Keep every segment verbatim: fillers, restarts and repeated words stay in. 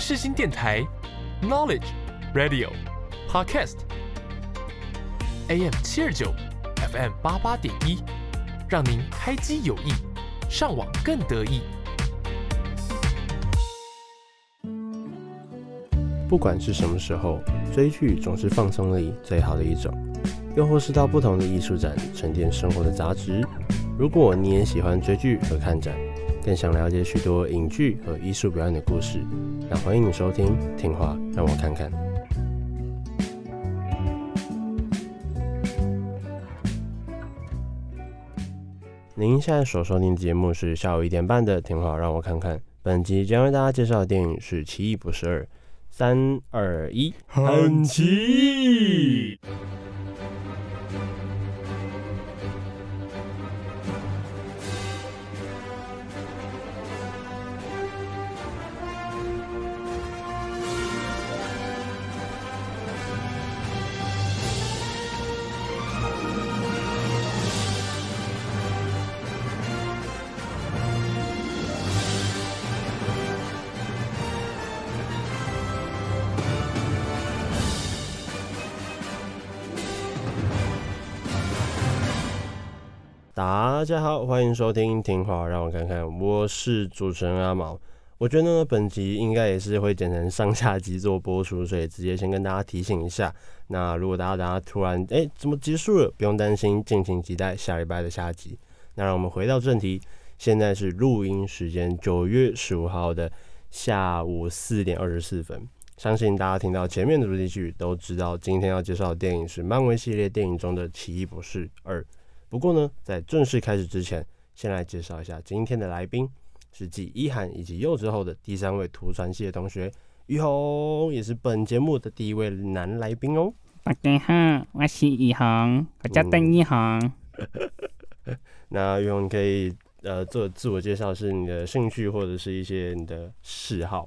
世新电台 Knowledge Radio Podcast A M 七二九 F M 八八点一，让您开机有益，上网更得意。 不管是什么时候，追剧总是放松里最好的一种，又或是到不同的艺术展沉淀生活的杂质。如果你也喜欢追剧和看展，更想了解许多影剧和艺术表演的故事，那欢迎你收听《听话让我看看》。您现在所收听的节目是下午一点半的《听话让我看看》，本集将为大家介绍的电影是《奇异博士二》。三二一，很奇异！大家好，欢迎收听听话让我看看，我是主持人阿毛。我觉得呢，本集应该也是会剪成上下集做播出，所以直接先跟大家提醒一下。那如果大家等下突然哎怎么结束了，不用担心，敬请期待下礼拜的下集。那让我们回到正题，现在是录音时间九月十五号的下午四点二十四分。相信大家听到前面的主题曲都知道，今天要介绍的电影是漫威系列电影中的《奇异博士二》。不过呢，在正式开始之前，先来介绍一下今天的来宾，是继一涵以及柚之后的第三位图传系的同学于宏，也是本节目的第一位男来宾哦。 大家好，我是于宏，我叫邓于宏。 那于宏，你可以呃做自我介绍，是你的兴趣或者是一些你的嗜好。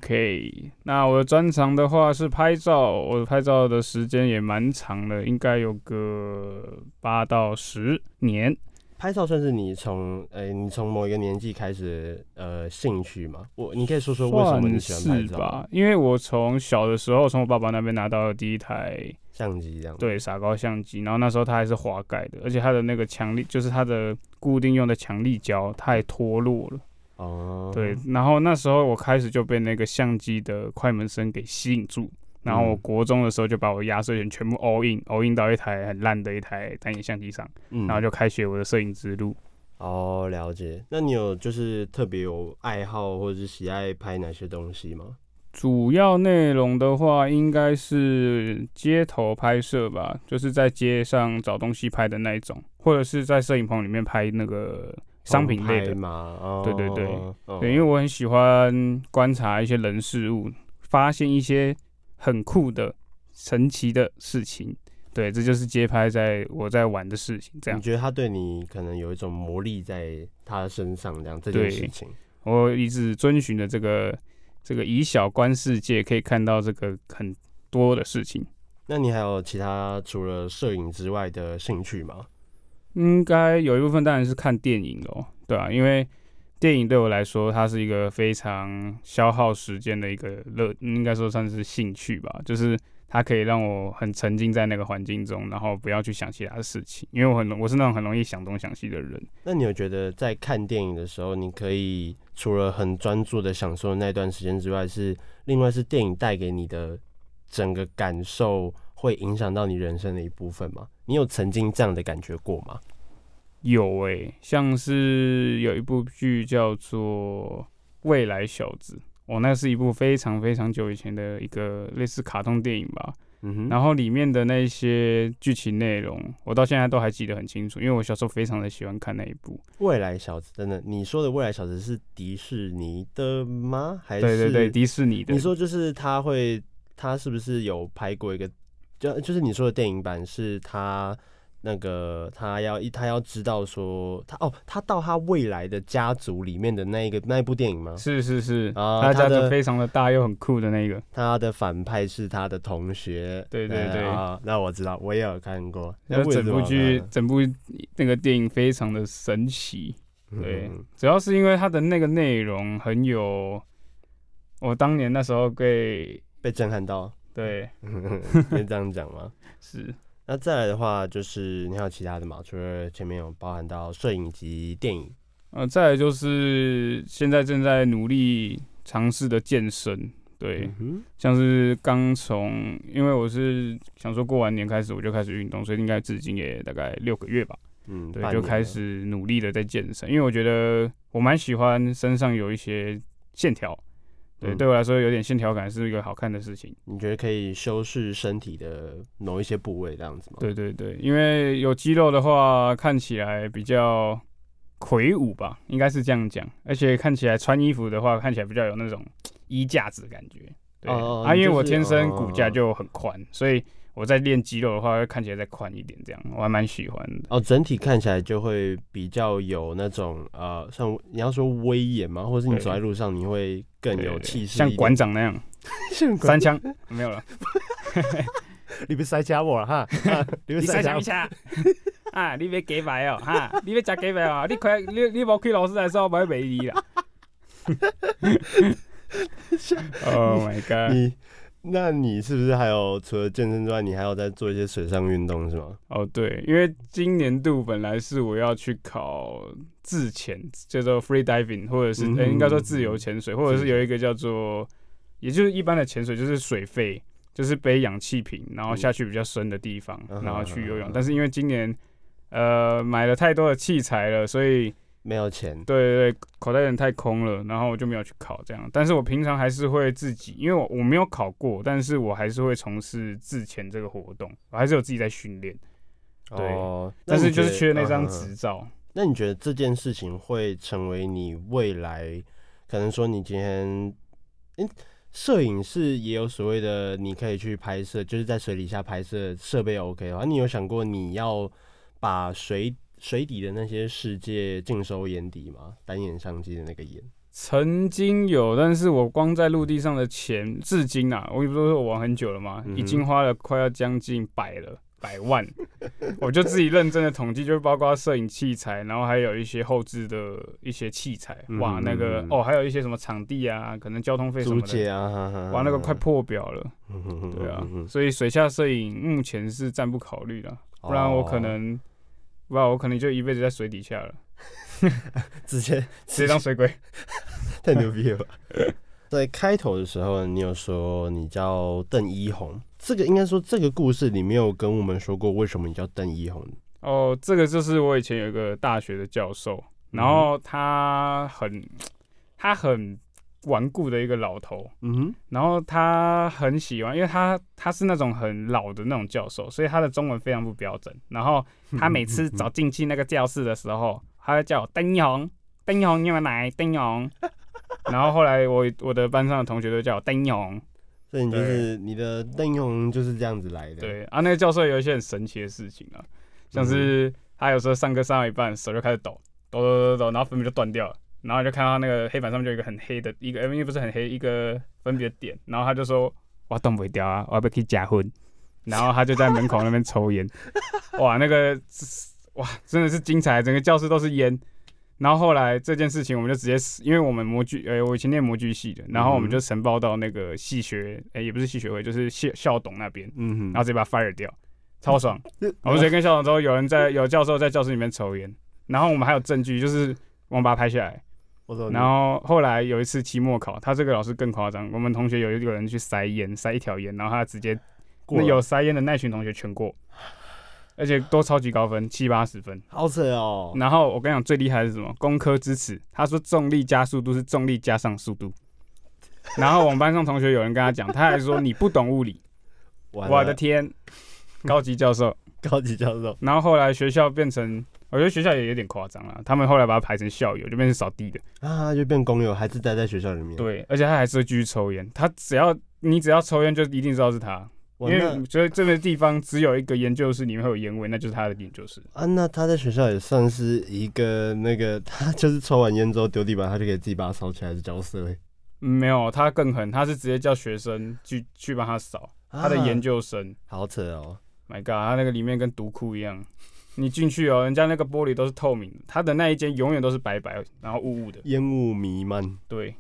OK， 那我的专长的话是拍照，我拍照的时间也蛮长的，应该有个八到十年。 拍照算是你从呃、欸、你从某一个年纪开始的呃兴趣吗？我你可以说说为什么你喜欢拍照？ 是吧？因为我从小的时候从我爸爸那边拿到了第一台相机，这样对傻高相机，然后那时候它还是滑盖的，而且它的那个强力就是它的固定用的强力胶太脱落了。哦，对，然后那时候我开始就被那个相机的快门声给吸引住，然后我国中的时候就把我压岁钱全部 all in all in 到一台很烂的一台单眼相机上，嗯、然后就开启我的摄影之路。 哦，了解。那你有就是特别有爱好或者是喜爱拍哪些东西吗？ 主要内容的话，应该是街头拍摄吧，就是在街上找东西拍的那一种，或者是在摄影棚里面拍那个商品类的嘛。哦、 对对对、 哦， 对，因为我很喜欢观察一些人事物，发现一些很酷的、神奇的事情。对，这就是街拍在我在玩的事情。这样， 你觉得他对你可能有一种魔力在他身上，这样这件事情， 我一直遵循的这个。这个以小观世界，可以看到这个很多的事情。 那你还有其他除了摄影之外的兴趣吗？ 应该有一部分当然是看电影咯，对啊，因为电影对我来说，它是一个非常消耗时间的一个乐，应该说算是兴趣吧。就是它可以让我很沉浸在那个环境中，然后不要去想其他的事情，因为我很我是那种很容易想东想西的人。 那你有觉得在看电影的时候，你可以除了很专注的享受那段时间之外，是另外是电影带给你的整个感受会影响到你人生的一部分吗？你有曾经这样的感觉过吗？ 有诶、欸，像是有一部剧叫做《未来小子》，哦，那是一部非常非常久以前的一个类似卡通电影吧。嗯哼，然后里面的那些剧情内容，我到现在都还记得很清楚，因为我小时候非常的喜欢看那一部《 未来小子》。真的，你说的《未来小子》是迪士尼的吗？还是？ 对对对，迪士尼的。 你说就是他会，他是不是有拍过一个？就就是你说的电影版是他那个他要他要知道说他哦，他到他未来的家族里面的那一个那一部电影吗？ 是是是， 啊， 他家族非常的大又很酷的那个。 他的反派是他的同学。 对对对， 啊，那我知道，我也有看过。 那整部剧整部那个电影非常的神奇。对，嗯、主要是因为它的那个内容很有。 我当年那时候被被震撼到， 对， 可以这样讲吗？ 是。 那再来的话，就是你还有其他的嘛？除了前面有包含到摄影及电影， 呃，再来就是现在正在努力尝试的健身，对，嗯、像是刚从，因为我是想说过完年开始我就开始运动，所以应该至今也大概六个月吧，嗯，对，就开始努力的在健身，因为我觉得我蛮喜欢身上有一些线条。对，对我来说有点线条感是一个好看的事情。 你觉得可以修饰身体的某一些部位这样子吗？ 对对对，因为有肌肉的话，看起来比较魁梧吧，应该是这样讲。而且看起来穿衣服的话，看起来比较有那种衣架子的感觉。对、哦、啊，因为我天生骨架就很宽、哦，所以我在练肌肉的话，会看起来再宽一点，这样我还蛮喜欢的。 哦，整体看起来就会比较有那种呃，像你要说威严嘛，或者是你走在路上你会更有气势， 像馆长那样，三枪没有了。 你别塞车我了哈， 你塞枪一下啊！你别假白哦哈，你别假假白哦，你开你你无开劳斯莱斯，我不会卖你啦。Oh my god！ 你那你是不是还有除了健身之外，你还有在做一些水上运动是吗？ 哦，对，因为今年度本来是我要去考自潜，叫做 free diving， 或者是、嗯欸、应该说自由潜水，或者是有一个叫做，也就是一般的潜水，就是水肺，就是背氧气瓶，然后下去比较深的地方，嗯、然后去游泳。但是因为今年呃买了太多的器材了，所以没有钱， 对对对，口袋有点太空了，然后我就没有去考这样。但是我平常还是会自己，因为我我没有考过，但是我还是会从事自潜这个活动，我还是有自己在训练。对、哦，但是就是缺那张执照、嗯。 那你觉得这件事情会成为你未来，可能说你今天，嗯，摄影是也有所谓的，你可以去拍摄，就是在水底下拍摄，设备 OK 的话，你有想过你要把水水底的那些世界尽收眼底吗？单眼相机的那个眼， 曾经有，但是我光在陆地上的钱，至今啊，我不是说我玩很久了吗？嗯、已经花了快要将近百了，百万。我就自己認真的統計，就包括攝影器材，然後還有一些後製的一些器材，嗯、哇，那個哦，還有一些什麼場地啊，可能交通費什麼的， 啊、 哇，那個快破表了，對啊，所以水下攝影目前是暫不考慮的，不然我可能，不然我可能就一輩子在水底下了， 直接直接當水鬼， 太牛逼了吧！在開頭的時候，你有說你叫鄧一紅。這個應該說，這個故事你沒有跟我們說過為什麼你叫鄧一紅哦。這個就是我以前有一個大學的教授，然後他很他很頑固的一個老頭，嗯哼，然後他很喜歡，因為他他是那種很老的那種教授，所以他的中文非常不標準。然後他每次走進去那個教室的時候，他會叫我鄧一紅，鄧一紅你有沒有來？鄧一紅。然後後來我我的班上的同學都叫我鄧一紅。 所以你就是你的鄧一紅就是這樣子來的。 對啊，那個教授有一些很神奇的事情啊，像是他有時候上課上到一半，手就開始抖，抖抖抖抖，然後粉筆就斷掉了，然後就看到那個黑板上面就有一個很黑的一個，因為不是很黑一個粉筆的點，然後他就說我斷不掉啊，我要不要去結婚？然後他就在門口那邊抽煙，哇，那個哇真的是精彩，整個教室都是煙。然後後來這件事情，我們就直接，因為我們模具，呃、欸，我以前念模具系的，然後我們就呈報到那個系學，哎、欸，也不是系學會，就是校校董那邊，嗯哼，然後直接把它 fire 掉，超爽。我們直接跟校董說，有人在，有教授在教室裡面抽煙，然後我們還有證據，就是我們把它拍下來。然後後來有一次期末考，他這個老師更誇張，我們同學有一個人去塞煙，塞一條煙，然後他直接，那有塞煙的那群同學全過。而且都超級高分，七八十分， 好扯哦。 然後我跟你講，最厲害的是什麼？工科之恥。他說重力加速度是重力加上速度。然後我們班上同學有人跟他講，他還說你不懂物理。我的天，高級教授， 高級教授。 然後後來學校變成，我覺得學校也有點誇張啦。他們後來把它排成校友，就變成掃地的啊，就變工友，還是待在學校裡面。 對，而且他還是會繼續抽煙。他只要你只要抽煙，就一定知道是他。因為所以這個地方只有一個研究室，裡面會有煙味，那就是他的研究室啊。那他在學校也算是一個那個，他就是抽完煙之後丟地板，他就可以自己把它掃起來的角色欸。 嗯，沒有，他更狠，他是直接叫學生去去幫他掃，他的研究生。 啊，好扯哦 ！My God， 他那個裡面跟毒窟一樣，你進去哦，人家那個玻璃都是透明的，他的那一間永遠都是白白，然後霧霧的， 煙霧彌漫。 對。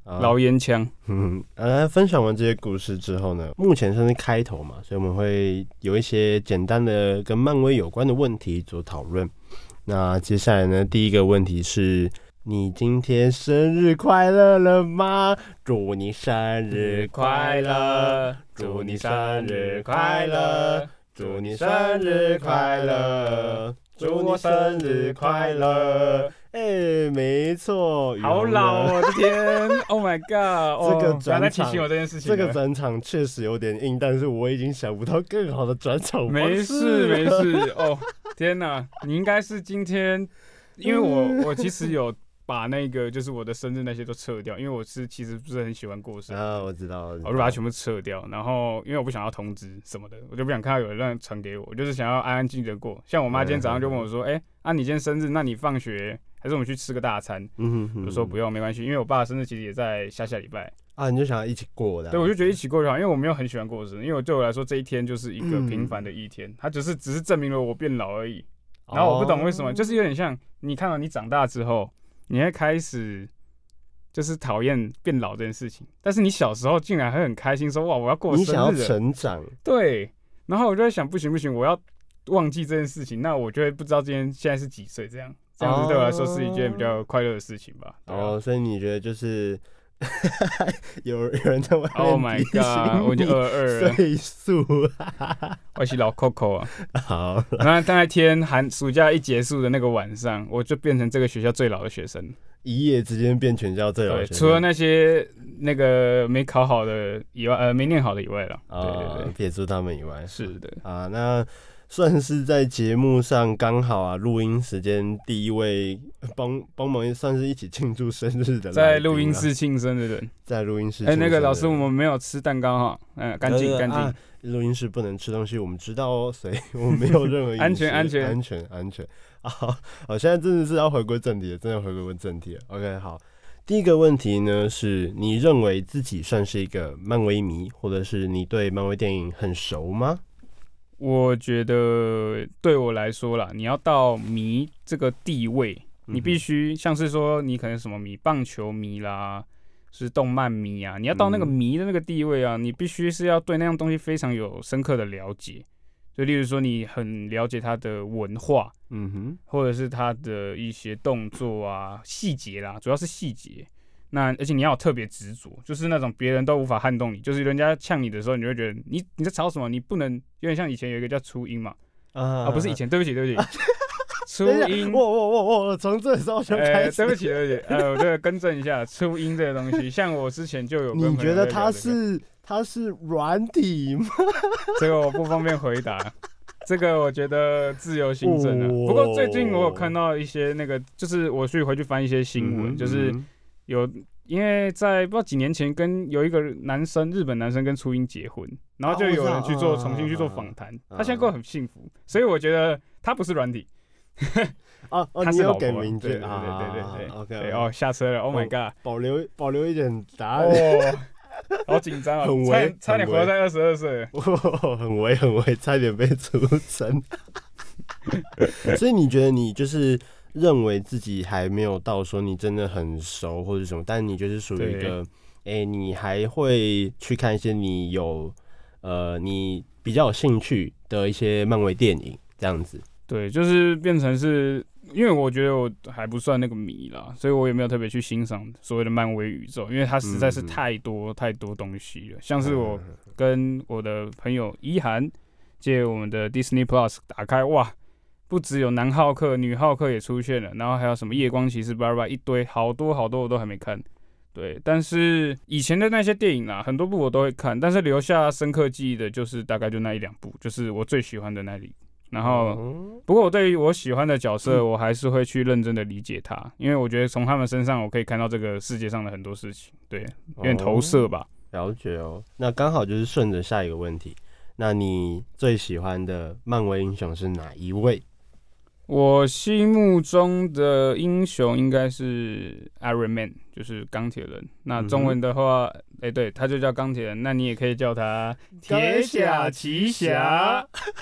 老烟枪。 嗯，呃，分享完这些故事之后呢，目前算是开头嘛，所以我们会有一些简单的跟漫威有关的问题做讨论。那接下来呢，第一个问题是。你今天生日快乐了吗？祝你生日快乐！祝你生日快乐！祝你生日快乐！祝你生日快乐！哎、欸，没错， 好老哦，我的天 ！Oh my god！ 这个转场提醒我这件事情， 这个转场确实有点硬，但是我已经想不到更好的转场方式。 没事没事哦，天哪！你应该是今天，因为我我其实有。把那个就是我的生日那些都撤掉，因为我是其实不是很喜欢过生日啊，我知道，我知道， 我就把它全部撤掉。然后因为我不想要通知什么的，我就不想看到有人传给我，我就是想要安安静静的过。像我妈今天早上就问我说：“哎、欸，啊你今天生日，那你放学还是我们去吃个大餐？”嗯哼，我说不用，没关系，因为我爸的生日其实也在下下礼拜啊，你就想要一起过的。 对，我就觉得一起过就好，因为我没有很喜欢过生日，因为对我来说这一天就是一个平凡的一天，它只是只是证明了我变老而已。然后我不懂为什么，就是有点像你看到你长大之后。你会开始就是讨厌变老这件事情，但是你小时候竟然还很开心说哇我要过生日， 你想要成长， 对，然后我就在想不行不行，我要忘记这件事情，那我就会不知道今天现在是几岁，这样这样子对我来说是一件比较快乐的事情吧。 哦，啊、所以你觉得就是有有人在外面 ？Oh my god！ 我已经二二了， 岁数， 我是老 Coco 啊。 好， 那那天寒暑假一结束的那个晚上，我就变成这个学校最老的学生， 一夜之间变全校最老的学生。 除了那些那个没考好的以外，呃，没念好的以外了。 哦、对对对，撇除他们以外， 是的啊，那。算是在节目上刚好啊，录音时间第一位帮帮忙，算是一起庆祝生日的， 在录音室庆生的人， 在录音室。 哎、欸，那个老师，我们没有吃蛋糕哈，嗯，干净干净。 录音室不能吃东西，我们知道哦，所以我们没有任何安全安全安全安全。好，好，现在真的是要回归正题了，真的回归正题了。OK， 好，第一个问题呢是，你认为自己算是一个漫威迷，或者是你对漫威电影很熟吗？ 我觉得对我来说啦，你要到迷这个地位，你必须像是说你可能什么迷，棒球迷啦，是动漫迷啊，你要到那个迷的那个地位啊，你必须是要对那样东西非常有深刻的了解。就例如说，你很了解它的文化，嗯哼，或者是它的一些动作啊、细节啦，主要是细节。那而且你要有特别执着，就是那种别人都无法撼动你，就是人家呛你的时候，你就会觉得你你在吵什么？你不能有点像以前有一个叫初音嘛，啊、哦、不是以前，对不起对不起，初音， 我我我我从这时候就开始、 欸，对不起对不起，呃，我这个更正一下，初音这个东西，像我之前就有跟朋友， 你觉得它是它是软体吗？ 这个我不方便回答。这个我觉得自由心证啊。不过最近我有看到一些那个，就是我去回去翻一些新闻，嗯、就是有因为在不知道几年前跟有一个男生，日本男生跟初音结婚，然后就有人去做、啊、重新去做访谈、啊，他现在过得很幸福，所以我觉得他不是软体。 哦哦， 他是老婆， 你有给名字， 对对对对对对。 啊、OK， 对哦，下车了 ，Oh my god， 保留保留一点答案。 哦好紧张啊！ 很微， 差点活在二十二岁， 很微很微，差点被出征。所以你觉得你就是认为自己还没有到说你真的很熟或者什么，但你就是属于一个，哎、欸，你还会去看一些你有呃你比较有兴趣的一些漫威电影这样子。 对，就是变成是。因为我觉得我还不算那个迷啦，所以我也没有特别去欣赏所谓的漫威宇宙，因为它实在是太多、嗯、太多东西了。像是我跟我的朋友一涵借我们的 Disney Plus 打开，哇，不只有男浩克、女浩克也出现了，然后还有什么夜光骑士、巴拉巴拉一堆，好多好多我都还没看。对，但是以前的那些电影啊，很多部我都会看，但是留下深刻记忆的就是大概就那一两部，就是我最喜欢的那里。然后，不过我对于我喜欢的角色，我还是会去认真的理解他，因为我觉得从他们身上我可以看到这个世界上的很多事情，对，有点投射吧。 了解哦，那刚好就是顺着下一个问题，那你最喜欢的漫威英雄是哪一位？ 我心目中的英雄应该是 Iron Man， 就是钢铁人。那中文的话，哎、嗯欸，对，他就叫钢铁人。那你也可以叫他铁甲奇侠。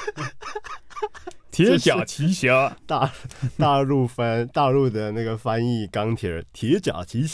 铁甲奇侠， 大大陆翻大陆的那个翻译钢铁人，铁甲奇侠。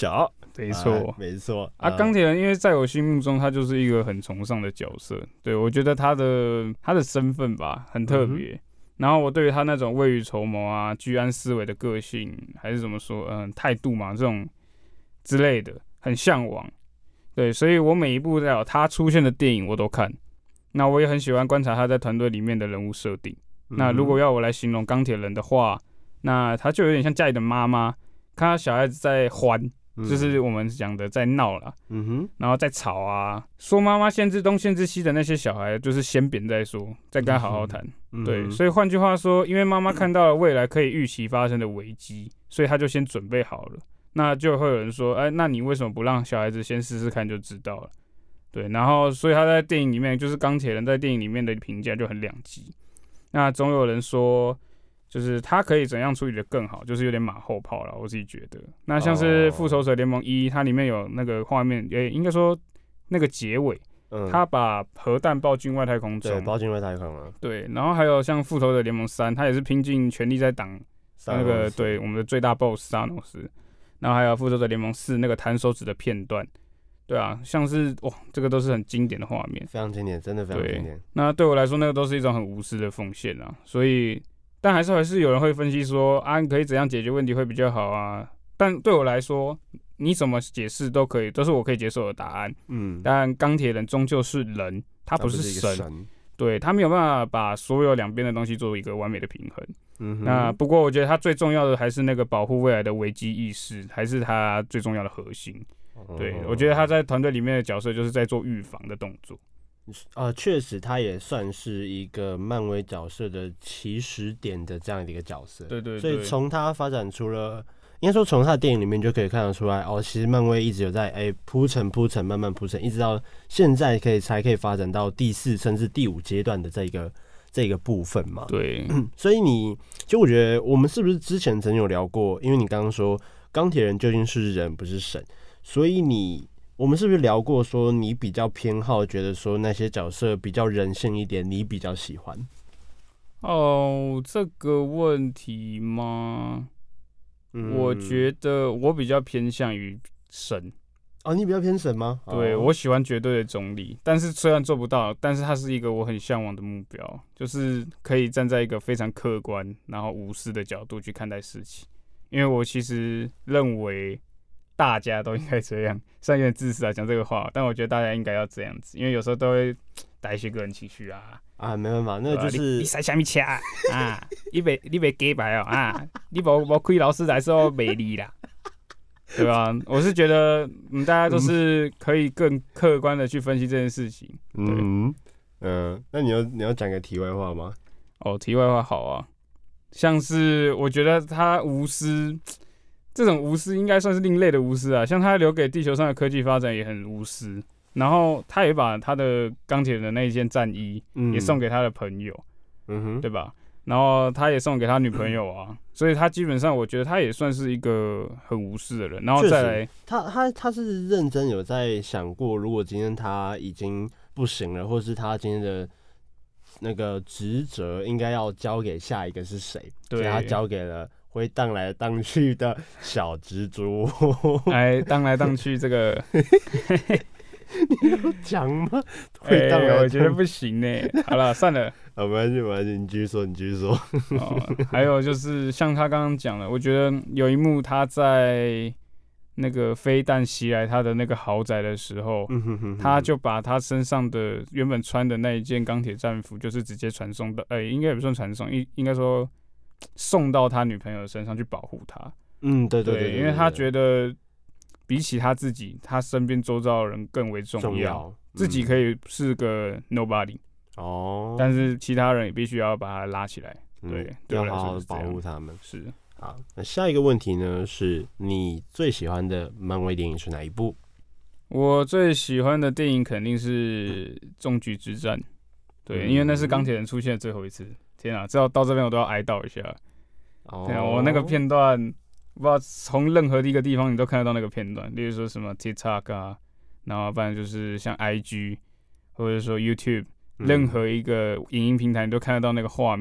没错、 啊，没错啊。钢铁人因为在我心目中他就是一个很崇尚的角色，对我觉得他的他的身份吧很特别。嗯然后我对于他那种未雨绸缪啊、居安思危的个性，还是怎么说，嗯，态度嘛，这种之类的，很向往。对，所以我每一部在有他出现的电影我都看。那我也很喜欢观察他在团队里面的人物设定。嗯、那如果要我来形容钢铁人的话，那他就有点像家里的妈妈，看他小孩子在欢。就是我们讲的在闹啦，嗯哼，然后在吵啊，说妈妈限制东限制西的那些小孩，就是先扁再说，再跟他好好谈。嗯、对，所以换句话说，因为妈妈看到了未来可以预期发生的危机，所以他就先准备好了。那就会有人说，哎，那你为什么不让小孩子先试试看就知道了？对，然后所以他在电影里面，就是钢铁人在电影里面的评价就很两极。那总有人说。就是他可以怎样处理的更好，就是有点马后炮了，我自己觉得。那像是复仇者联盟一，它里面有那个画面，也、欸、应该说那个结尾，嗯、他把核弹爆进外太空中， 对，爆进外太空了。 对，然后还有像复仇者联盟三，他也是拼尽全力在挡那个对我们的最大 boss 萨诺斯。然后还有复仇者联盟四那个弹手指的片段，对啊，像是哇，这个都是很经典的画面， 非常经典，真的非常经典。 那对我来说，那个都是一种很无私的奉献啊，所以。但还是还是有人会分析说啊，你可以怎样解决问题会比较好啊？但对我来说，你怎么解释都可以，都是我可以接受的答案。嗯，但钢铁人终究是人，他不是神，神对他没有办法把所有两边的东西做一个完美的平衡。嗯哼，那不过我觉得他最重要的还是那个保护未来的危机意识，还是他最重要的核心。哦、对，我觉得他在团队里面的角色就是在做预防的动作。 呃，确实，他也算是一个漫威角色的起始点的这样的一个角色。 对对对。 所以从他发展出了，应该说从他的电影里面就可以看得出来，哦，其实漫威一直有在哎铺陈铺陈，慢慢铺陈，一直到现在可以才可以发展到第四甚至第五阶段的这个这个部分嘛。 对。 所以你，其实我觉得我们是不是之前曾有聊过？因为你刚刚说钢铁人究竟是人不是神，所以你。我们是不是聊过说你比较偏好，觉得说那些角色比较人性一点，你比较喜欢？ 哦，这个问题吗？嗯、我觉得我比较偏向于神。 哦，你比较偏神吗？ 对， 哦、 我喜欢绝对的中立，但是虽然做不到，但是它是一个我很向往的目标，就是可以站在一个非常客观然后无私的角度去看待事情，因为我其实认为。大家都应该这样，虽然有点自私啊，讲这个话，但我觉得大家应该要这样子，因为有时候都会带一些个人情绪啊。 啊，没办法，那個、就是你塞什么车啊？你别你别假白哦啊！你无无开劳斯莱斯哦，美丽啦，对吧？我是觉得，嗯，大家都是可以更客观的去分析这件事情。 嗯嗯、呃，那你要你要讲个题外话吗？ 哦，题外话好啊，像是我觉得他无私。这种无私应该算是另类的无私啊，像他留给地球上的科技发展也很无私，然后他也把他的钢铁人的那一件战衣也送给他的朋友，嗯哼，对吧？然后他也送给他女朋友啊，所以他基本上我觉得他也算是一个很无私的人。然后再来， 他他他是认真有在想过，如果今天他已经不行了，或是他今天的那个职责应该要交给下一个是谁，所以他交给了。会荡来荡去的小蜘蛛， 哎，荡来荡去这个， 你有讲吗？会荡来荡去、 欸，我觉得不行呢。好了，算了， 好，没关系，没关系，你继续说，你继续说。 哦，还有就是像他刚刚讲的，我觉得有一幕他在那个飞弹袭来他的那个豪宅的时候，嗯、哼哼哼他就把他身上的原本穿的那一件钢铁战服，就是直接传送到，哎、欸，应该也不算传送，应应该说。送到他女朋友身上去保护他， 嗯，对对 对, 对, 对, 对， 因为他觉得比起他自己，他身边周遭的人更为重要， 重要嗯、 自己可以是个 nobody 哦，但是其他人也必须要把他拉起来，对，嗯、对要好好保护他们。 是好，那下一个问题呢？是你最喜欢的漫威电影是哪一部？ 我最喜欢的电影肯定是《终局之战》，对，嗯、因为那是钢铁人出现的最后一次。天啊，直到到这边我都要哀悼一下。哦，天啊，我那个片段，不知道从任何一个地方你都看得到那个片段，例如说什么 TikTok 啊，然后不然就是像 I G 或者说 YouTube，、嗯、任何一个影音平台你都看得到那个画面。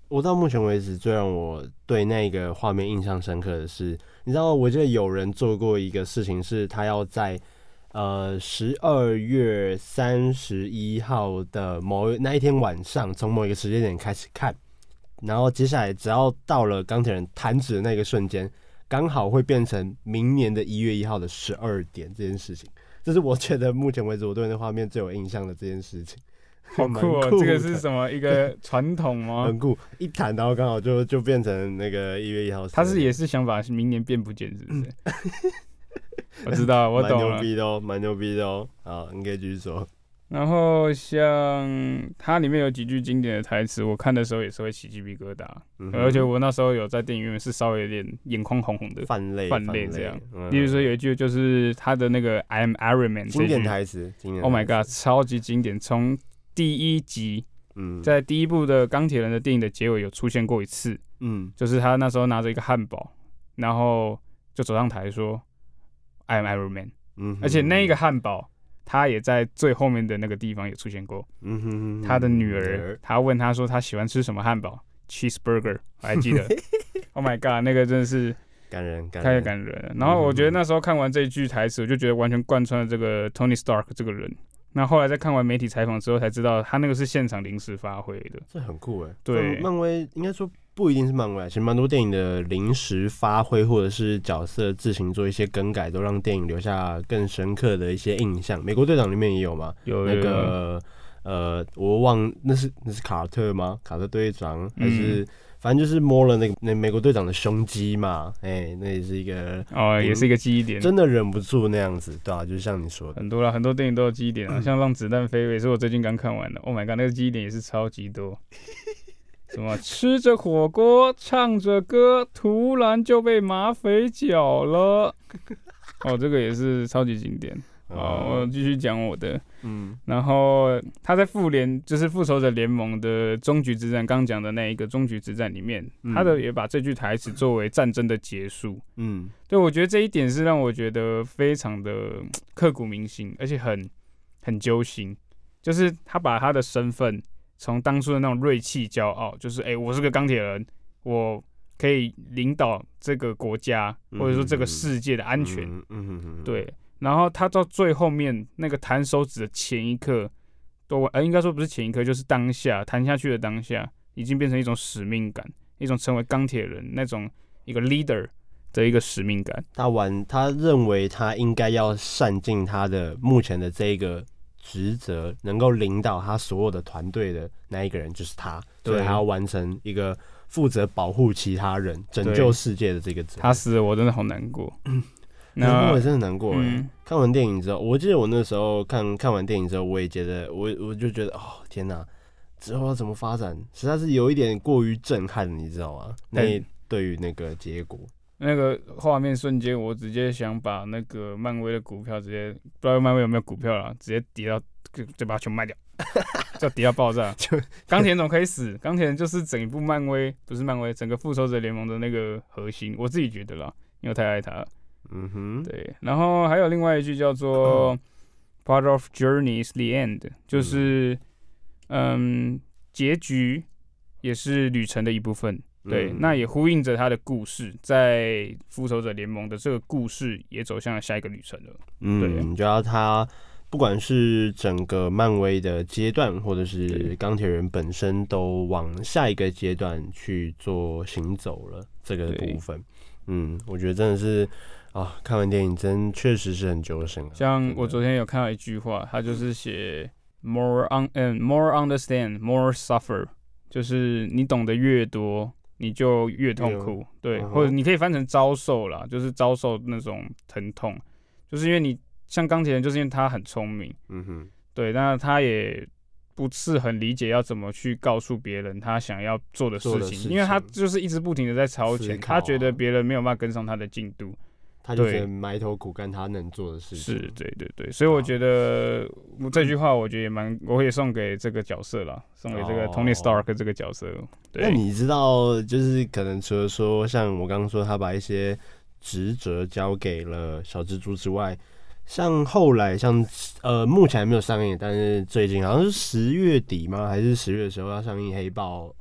我到目前为止最让我对那个画面印象深刻的是，你知道，我记得有人做过一个事情，是他要在呃十二月三十一号的某那一天晚上，从某一个时间点开始看，然后接下来只要到了钢铁人弹指的那个瞬间，刚好会变成明年的一月一号的十二点这件事情。这是我觉得目前为止我对那画面最有印象的这件事情。 好酷哦！这个是什么一个传统吗？ 很酷，一弹然后刚好就就变成那个一月一号。 他是也是想把明年变不见，是不是？我知道，我懂了。 蛮牛逼的哦，蛮牛逼的哦。好，你可以继续说。 然后像它里面有几句经典的台词，我看的时候也是会起鸡皮疙瘩，嗯、而且我那时候有在电影院是稍微有点眼眶红红的， 泛泪泛泪这样。嗯、例如说有一句就是他的那个 "I am Iron Man" 经典台词，经典。 Oh my god， 超级经典，从第一集，嗯，在第一部的钢铁人的电影的结尾有出现过一次，嗯，就是他那时候拿着一个汉堡，然后就走上台说 "I am Iron Man"， 嗯，而且那个汉堡。他也在最后面的那个地方也出现过。嗯哼哼，他的女儿，他问他说他喜欢吃什么汉堡 ，cheeseburger， 我还记得。Oh my god， 那个真的是感人， 太感人了。然后我觉得那时候看完这一句台词，我就觉得完全贯穿了这个 Tony Stark 这个人。那后来在看完媒体采访之后，才知道他那个是现场临时发挥的。 这很酷哎。 对， 漫威应该说。不一定是漫威，其实蛮多电影的临时发挥或者是角色自行做一些更改，都让电影留下更深刻的一些印象。美国队长里面也有嘛， 有那个呃，我忘那是那是卡特吗？卡特队长还是、嗯、反正就是摸了那个那美国队长的胸肌嘛，哎、欸，那也是一个哦，也是一个记忆点， 真的忍不住那样子，对啊，就是像你说的， 很多啦，很多电影都有记忆点啊，嗯、像《让子弹飞》也是我最近刚看完的 ，Oh my god， 那个记忆点也是超级多。什么吃着火锅唱着歌，突然就被马匪缴了。哦，这个也是超级经典。好，我继续讲我的。嗯，然后他在复联，就是复仇者联盟的终局之战，刚讲的那一个终局之战里面，嗯、他的也把这句台词作为战争的结束。嗯，对，我觉得这一点是让我觉得非常的刻骨铭心，而且很很揪心。就是他把他的身份。从当初的那种锐气、骄傲，就是哎、欸，我是个钢铁人，我可以领导这个国家，或者说这个世界的安全，嗯嗯嗯、对。然后他到最后面那个弹手指的前一刻，都呃应该说不是前一刻，就是当下弹下去的当下，已经变成一种使命感，一种成为钢铁人那种一个 leader 的一个使命感。 他完，他认为他应该要善尽他的目前的这一个。职责能够领导他所有的团队的那一个人就是他，所以他要完成一个负责保护其他人、拯救世界的这个责任。 他死了，我真的好难过。 难过，我真的难过、嗯。看完电影之后，我记得我那时候看看完电影之后，我也觉得，我我就觉得，哦天哪，之后要怎么发展，实在是有一点过于震撼，你知道吗？那对于那个结果。 那个画面瞬间，我直接想把那个漫威的股票直接不知道漫威有没有股票啦，直接跌到就把它全卖掉，就跌到爆炸。钢铁人怎么可以死？钢铁人就是整一部漫威，不是漫威，整个复仇者联盟的那个核心，我自己觉得啦，因为我太爱他。嗯哼，对。然后还有另外一句叫做 "Part of journey is the end"， 就是嗯，结局也是旅程的一部分。对，那也呼应着他的故事，在复仇者联盟的这个故事也走向了下一个旅程了。嗯，对， 你知道他不管是整个漫威的阶段，或者是钢铁人本身，都往下一个阶段去做行走了这个部分。嗯，我觉得真的是啊，看完电影真确实是很揪心。 像我昨天有看到一句话，他就是写 more un 嗯 more understand more suffer， 就是你懂得越多。你就越痛苦，对，或者你可以翻成遭受啦，就是遭受那种疼痛，就是因为你像钢铁人，就是因为他很聪明，嗯哼，对，但他也不是很理解要怎么去告诉别人他想要做的事情，事情因为他就是一直不停的在超前，啊、他觉得别人没有办法跟上他的进度。 他就只能埋头苦干他能做的事情。 是，对对对，所以我觉得这句话，我觉得也蛮，我也送给这个角色啦，送给这个 Tony Stark 这个角色。对， 那你知道，就是可能除了说像我刚刚说，他把一些职责交给了小蜘蛛之外，像后来像呃，目前还没有上映，但是最近好像是十月底吗？还是十月的时候要上映《黑豹二》？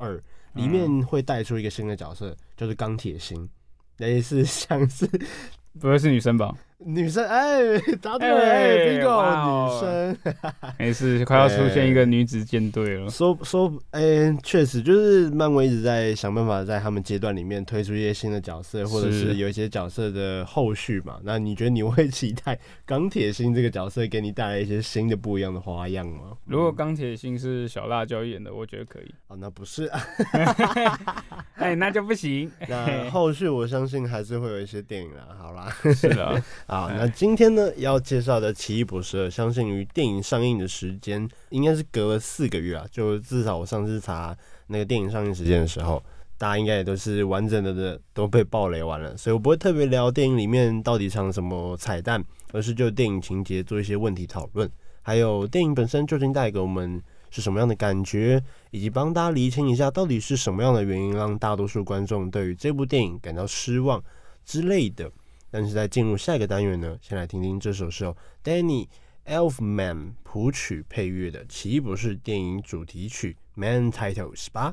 里面会带出一个新的角色，就是钢铁心，类似像是不会是女生吧？ 女生哎，答对了哎 ，bingo， 女生， 没事，快要出现一个女子舰队了。 说说哎，确实就是漫威一直在想办法在他们阶段里面推出一些新的角色，或者是有一些角色的后续嘛。那你觉得你会期待钢铁心这个角色给你带来一些新的不一样的花样吗？ 如果钢铁心是小辣椒演的，我觉得可以。 哦，那不是， 哎，那就不行。 那后续我相信还是会有一些电影啦。好啦， 是的。 好，那今天呢要介绍的《奇异博士二》，相信于电影上映的时间应该是隔了四个月啊，就至少我上次查那个电影上映时间的时候，大家应该也都是完整的的都被爆雷完了，所以我不会特别聊电影里面到底藏什么彩蛋，而是就电影情节做一些问题讨论，还有电影本身究竟带给我们是什么样的感觉，以及帮大家厘清一下到底是什么样的原因让大多数观众对于这部电影感到失望之类的。但是在进入下一个单元呢，先来听听这首是由 Danny Elfman 谱曲配乐的《奇异博士》电影主题曲 Man Titles 吧。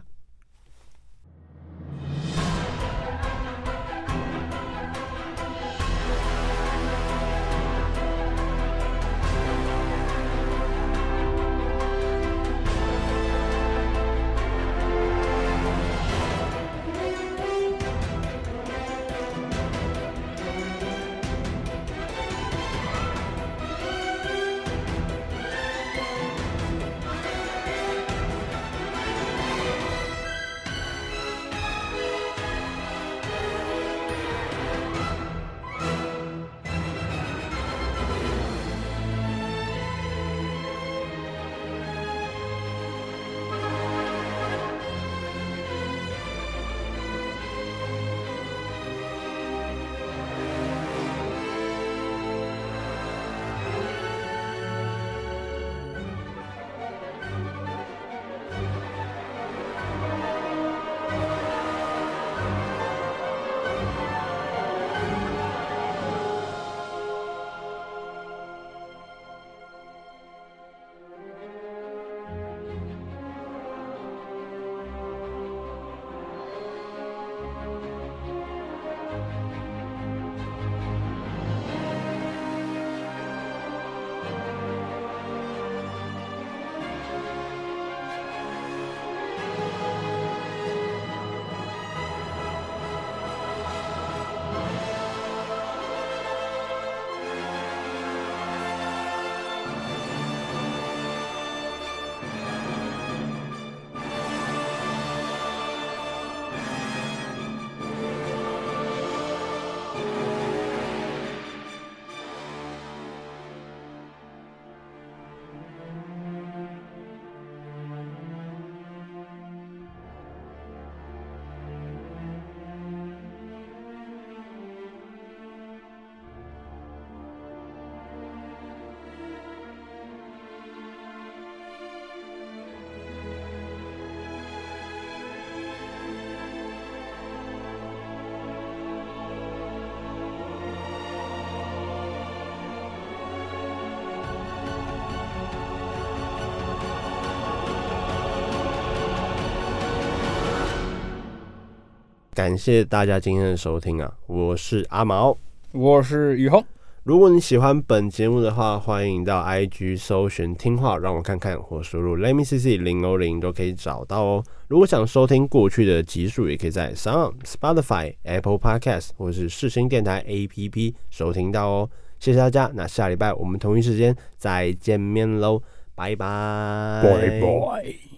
感谢大家今天的收听啊！我是阿毛， 我是雨虹。 如果你喜欢本节目的话，欢迎到 I G 搜寻听话让我看看，或输入 Let me see see 零零零都可以找到哦。如果想收听过去的集数，也可以在 Sound、Spotify、Apple Podcast 或是世新电台 A P P 收听到哦。谢谢大家，那下礼拜我们同一时间再见面喽，拜拜， 拜拜。